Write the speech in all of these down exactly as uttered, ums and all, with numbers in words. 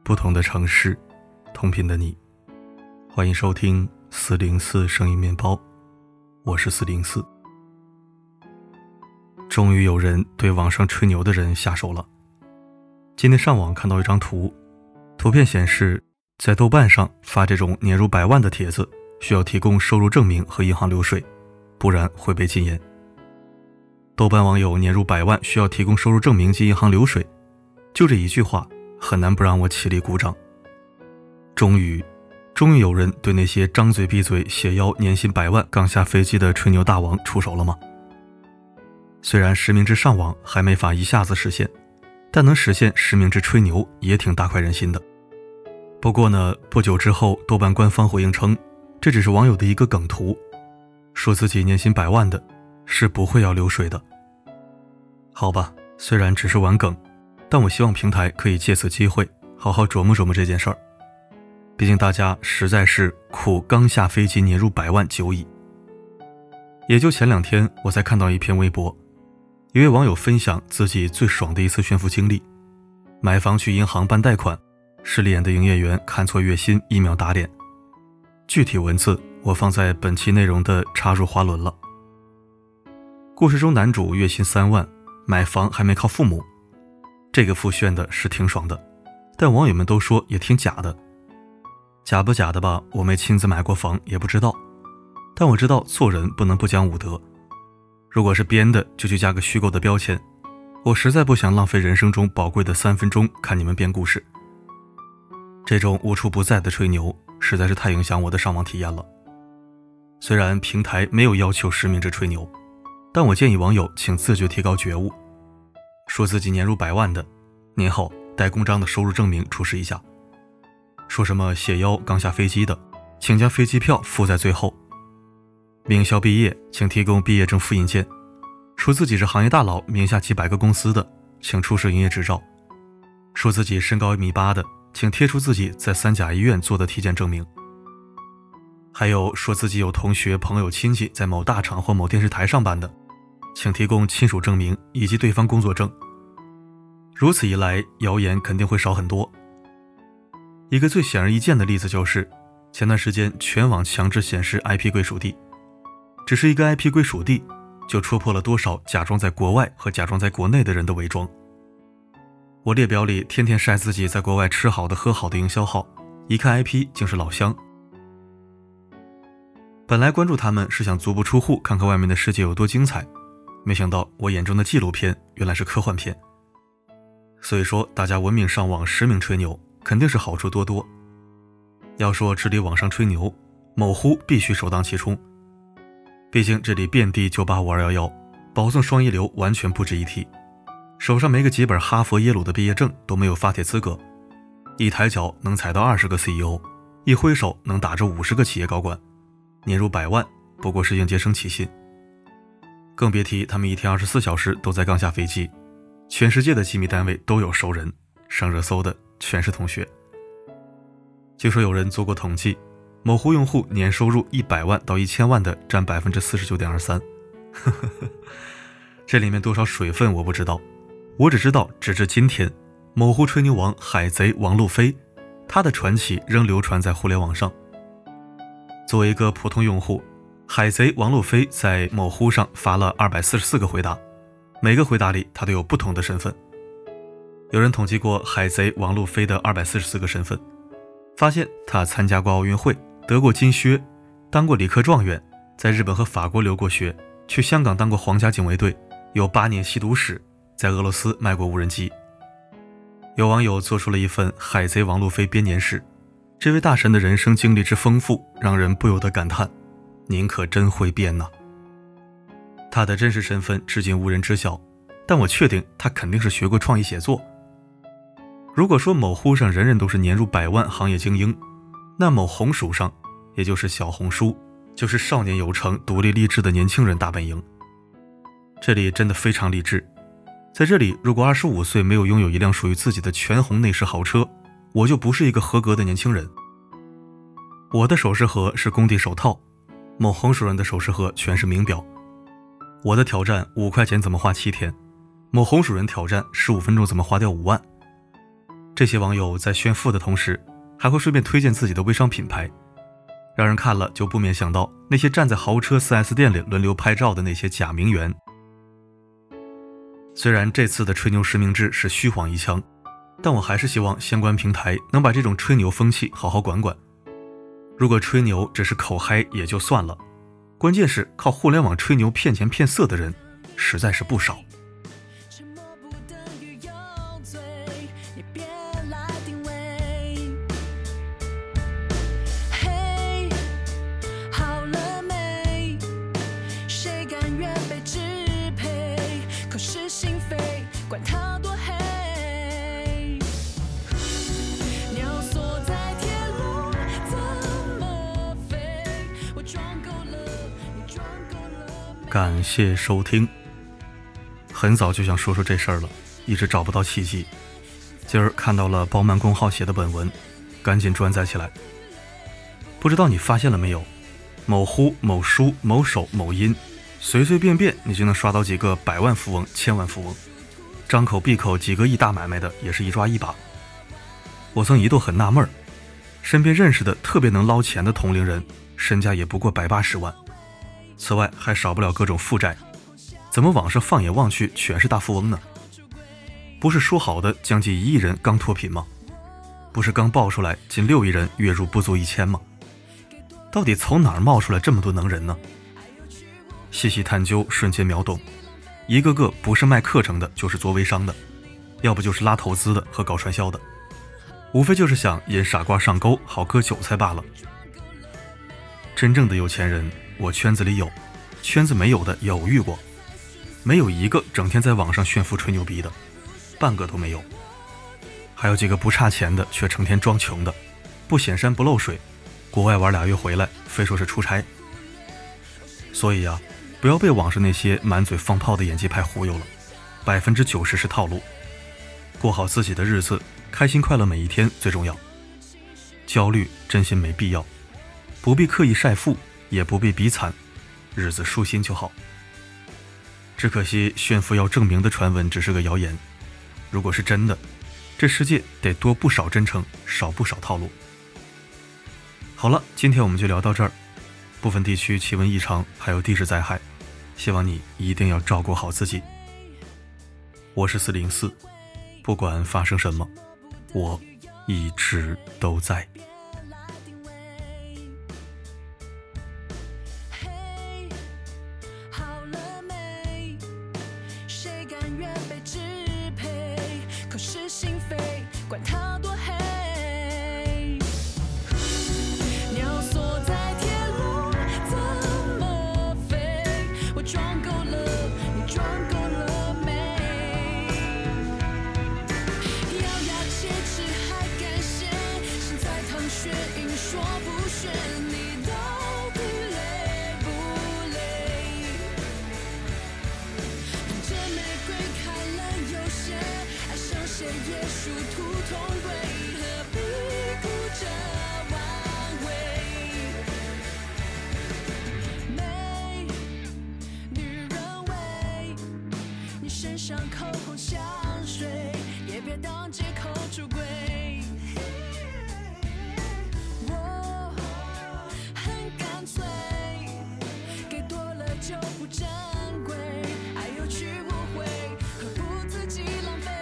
不同的城市，同频的你。欢迎收听四零四声音面包，我是四零四。终于有人对网上吹牛的人下手了。今天上网看到一张图，图片显示在豆瓣上发这种年入百万的帖子，需要提供收入证明和银行流水，不然会被禁言。豆瓣网友年入百万需要提供收入证明及银行流水，就这一句话很难不让我起立鼓掌。终于终于有人对那些张嘴闭嘴写腰年薪百万刚下飞机的吹牛大王出手了吗？虽然实名制上网还没法一下子实现，但能实现实名制吹牛也挺大快人心的。不过呢，不久之后豆瓣官方回应称，这只是网友的一个梗图，说自己年薪百万的是不会要流水的。好吧，虽然只是玩梗，但我希望平台可以借此机会好好琢磨琢磨这件事儿。毕竟大家实在是苦刚下飞机年入百万久矣。也就前两天我才看到一篇微博，一位网友分享自己最爽的一次炫富经历，买房去银行办贷款，势利眼的营业员看错月薪一秒打脸。具体文字我放在本期内容的插入花轮了。故事中男主月薪三万，买房还没靠父母，这个富炫的是挺爽的，但网友们都说也挺假的。假不假的吧，我没亲自买过房也不知道，但我知道做人不能不讲武德。如果是编的，就去加个虚构的标签，我实在不想浪费人生中宝贵的三分钟看你们编故事。这种无处不在的吹牛实在是太影响我的上网体验了。虽然平台没有要求实名制吹牛，但我建议网友请自觉提高觉悟。说自己年入百万的，年后带公章的收入证明出示一下。说什么写腰刚下飞机的，请将飞机票附在最后。名校毕业，请提供毕业证复印件。说自己是行业大佬名下几百个公司的，请出示营业执照。说自己身高一米八的，请贴出自己在三甲医院做的体检证明。还有说自己有同学朋友亲戚在某大厂或某电视台上班的，请提供亲属证明以及对方工作证。如此一来，谣言肯定会少很多。一个最显而易见的例子就是，前段时间全网强制显示 I P 归属地，只是一个 I P 归属地，就戳破了多少假装在国外和假装在国内的人的伪装。我列表里天天晒自己在国外吃好的喝好的营销号，一看 I P 竟是老乡。本来关注他们是想足不出户看看外面的世界有多精彩，没想到我眼中的纪录片原来是科幻片。所以说大家文明上网实名吹牛肯定是好处多多。要说治理网上吹牛，某乎必须首当其冲。毕竟这里遍地九八五二一一，保送双一流完全不值一提，手上没个几本哈佛耶鲁的毕业证都没有发帖资格，一抬脚能踩到二十个 C E O， 一挥手能打着五十个企业高管，年入百万不过是应届生起薪。更别提他们一天二十四小时都在刚下飞机，全世界的机密单位都有熟人，上热搜的全是同学。据说有人做过统计，某户用户年收入一百万到一千万的占 百分之四十九点二三。 这里面多少水分我不知道，我只知道直至今天，某户吹牛王海贼王路飞，他的传奇仍流传在互联网上。作为一个普通用户，海贼王路飞在某乎上发了二百四十四个回答，每个回答里他都有不同的身份。有人统计过海贼王路飞的二百四十四个身份，发现他参加过奥运会，得过金靴，当过理科状元，在日本和法国留过学，去香港当过皇家警卫队，有八年吸毒史，在俄罗斯卖过无人机。有网友做出了一份海贼王路飞编年史，这位大神的人生经历之丰富，让人不由得感叹，您可真会编呐。他的真实身份至今无人知晓，但我确定他肯定是学过创意写作。如果说某乎上人人都是年入百万行业精英，那某红薯上，也就是小红书，就是少年有成独立励志的年轻人大本营。这里真的非常励志。在这里，如果二十五岁没有拥有一辆属于自己的全红内饰豪车，我就不是一个合格的年轻人。我的首饰盒是工地手套，某红薯人的首饰盒全是名表。我的挑战五块钱怎么花七天，某红薯人挑战十五分钟怎么花掉五万。 这些网友在炫富的同时，还会顺便推荐自己的微商品牌，让人看了就不免想到那些站在豪车 四 S 店里轮流拍照的那些假名媛。虽然这次的吹牛实名制是虚晃一枪，但我还是希望相关平台能把这种吹牛风气好好管管。如果吹牛只是口嗨也就算了，关键是靠互联网吹牛骗钱骗色的人实在是不少。感谢收听。很早就想说说这事儿了，一直找不到契机。今儿看到了包曼公号写的本文，赶紧转载起来。不知道你发现了没有，某乎某书某手某音，随随便便你就能刷到几个百万富翁千万富翁，张口闭口几个亿大买卖的也是一抓一把。我曾一度很纳闷儿，身边认识的特别能捞钱的同龄人身价也不过百八十万，此外还少不了各种负债，怎么网上放眼望去全是大富翁呢？不是说好的将近一亿人刚脱贫吗？不是刚爆出来近六亿人月入不足一千吗？到底从哪儿冒出来这么多能人呢？细细探究，瞬间秒懂，一个个不是卖课程的，就是做微商的，要不就是拉投资的和搞传销的，无非就是想引傻瓜上钩，好割韭菜罢了。真正的有钱人，我圈子里有，圈子没有的有遇过，没有一个整天在网上炫富吹牛逼的，半个都没有。还有几个不差钱的，却成天装穷的，不显山不漏水，国外玩俩月回来，非说是出差。所以啊，不要被网上那些满嘴放炮的演技派忽悠了，百分之九十是套路。过好自己的日子，开心快乐每一天最重要。焦虑真心没必要，不必刻意晒富，也不必比惨，日子舒心就好。只可惜炫富要证明的传闻只是个谣言，如果是真的，这世界得多不少真诚，少不少套路。好了，今天我们就聊到这儿。部分地区气温异常，还有地质灾害，希望你一定要照顾好自己。我是四零四，不管发生什么，我一直都在。 管它多黑，鸟锁在铁路怎么飞？我装够了，你装够了没？咬牙切齿还敢写，现在淌血硬说不炫，你到底累不累？这玫瑰开了又谢，爱上谁也殊途同归，何必顾着挽回？美，女人味，你身上口红香水，也别当借口出轨。我很干脆，给多了就不珍贵，爱有去无回，何不自己浪费？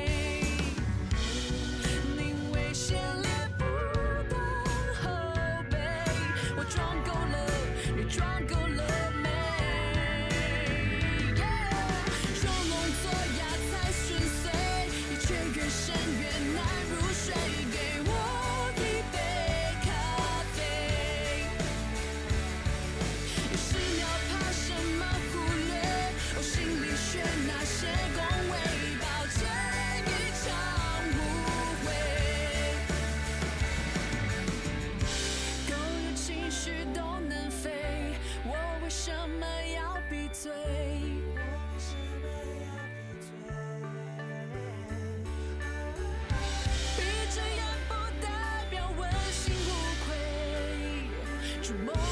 装够了没？装聋作哑才寻随，你却越陷越难入睡。给我一杯咖啡，有十秒怕什么忽略？我心里学那些恭维，抱歉一场误会。狗有情绪都能飞，我为什么要闭嘴？闭着眼不代表问心无愧，触摸